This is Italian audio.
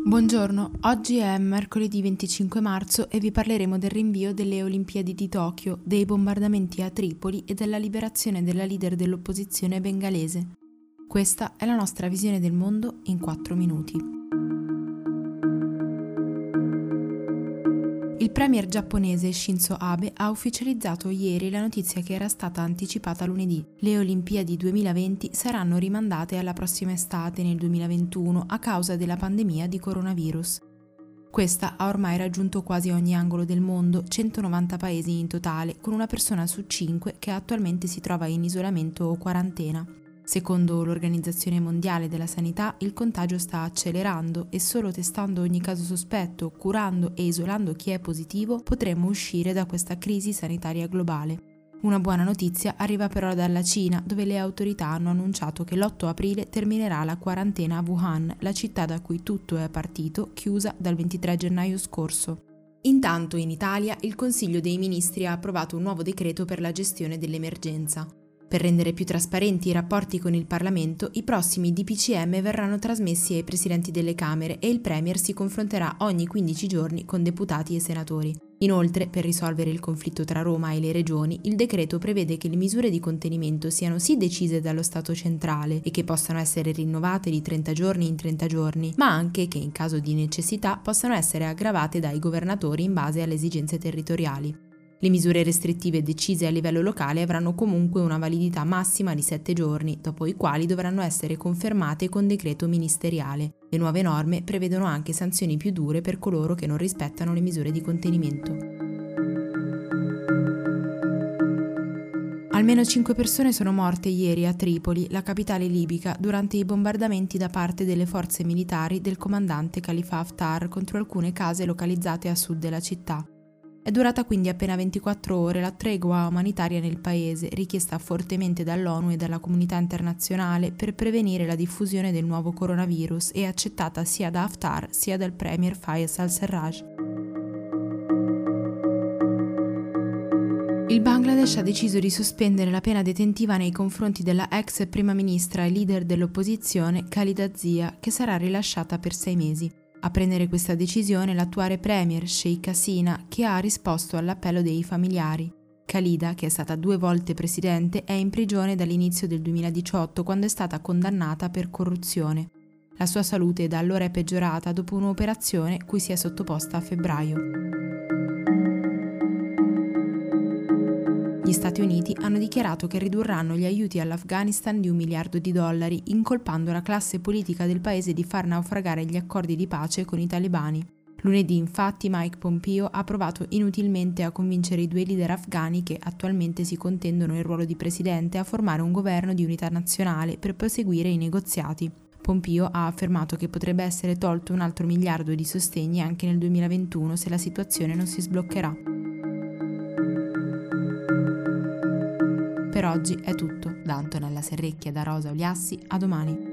Buongiorno, oggi è mercoledì 25 marzo e vi parleremo del rinvio delle Olimpiadi di Tokyo, dei bombardamenti a Tripoli e della liberazione della leader dell'opposizione bengalese. Questa è la nostra visione del mondo in 4 minuti. Il premier giapponese Shinzo Abe ha ufficializzato ieri la notizia che era stata anticipata lunedì. Le Olimpiadi 2020 saranno rimandate alla prossima estate nel 2021 a causa della pandemia di coronavirus. Questa ha ormai raggiunto quasi ogni angolo del mondo, 190 paesi in totale, con una persona su 5 che attualmente si trova in isolamento o quarantena. Secondo l'Organizzazione Mondiale della Sanità, il contagio sta accelerando e solo testando ogni caso sospetto, curando e isolando chi è positivo, potremo uscire da questa crisi sanitaria globale. Una buona notizia arriva però dalla Cina, dove le autorità hanno annunciato che l'8 aprile terminerà la quarantena a Wuhan, la città da cui tutto è partito, chiusa dal 23 gennaio scorso. Intanto in Italia il Consiglio dei Ministri ha approvato un nuovo decreto per la gestione dell'emergenza. Per rendere più trasparenti i rapporti con il Parlamento, i prossimi DPCM verranno trasmessi ai presidenti delle Camere e il Premier si confronterà ogni 15 giorni con deputati e senatori. Inoltre, per risolvere il conflitto tra Roma e le regioni, il decreto prevede che le misure di contenimento siano sì decise dallo Stato centrale e che possano essere rinnovate di 30 giorni in 30 giorni, ma anche che in caso di necessità possano essere aggravate dai governatori in base alle esigenze territoriali. Le misure restrittive decise a livello locale avranno comunque una validità massima di 7 giorni, dopo i quali dovranno essere confermate con decreto ministeriale. Le nuove norme prevedono anche sanzioni più dure per coloro che non rispettano le misure di contenimento. Almeno 5 persone sono morte ieri a Tripoli, la capitale libica, durante i bombardamenti da parte delle forze militari del comandante Khalifa Haftar contro alcune case localizzate a sud della città. È durata quindi appena 24 ore la tregua umanitaria nel paese, richiesta fortemente dall'ONU e dalla comunità internazionale per prevenire la diffusione del nuovo coronavirus e accettata sia da Haftar sia dal premier Fayez al-Sarraj. Il Bangladesh ha deciso di sospendere la pena detentiva nei confronti della ex prima ministra e leader dell'opposizione Khalida Zia, che sarà rilasciata per 6 mesi. A prendere questa decisione l'attuale premier Sheikh Hasina, che ha risposto all'appello dei familiari. Khalida, che è stata 2 volte presidente, è in prigione dall'inizio del 2018 quando è stata condannata per corruzione. La sua salute da allora è peggiorata dopo un'operazione cui si è sottoposta a febbraio. Gli Stati Uniti hanno dichiarato che ridurranno gli aiuti all'Afghanistan di $1 miliardo, incolpando la classe politica del paese di far naufragare gli accordi di pace con i talebani. Lunedì, infatti, Mike Pompeo ha provato inutilmente a convincere i 2 leader afghani che attualmente si contendono il ruolo di presidente a formare un governo di unità nazionale per proseguire i negoziati. Pompeo ha affermato che potrebbe essere tolto un altro $1 miliardo di sostegni anche nel 2021 se la situazione non si sbloccherà. Per oggi è tutto. Da Antonella Serrecchia e da Rosa Oliassi, a domani.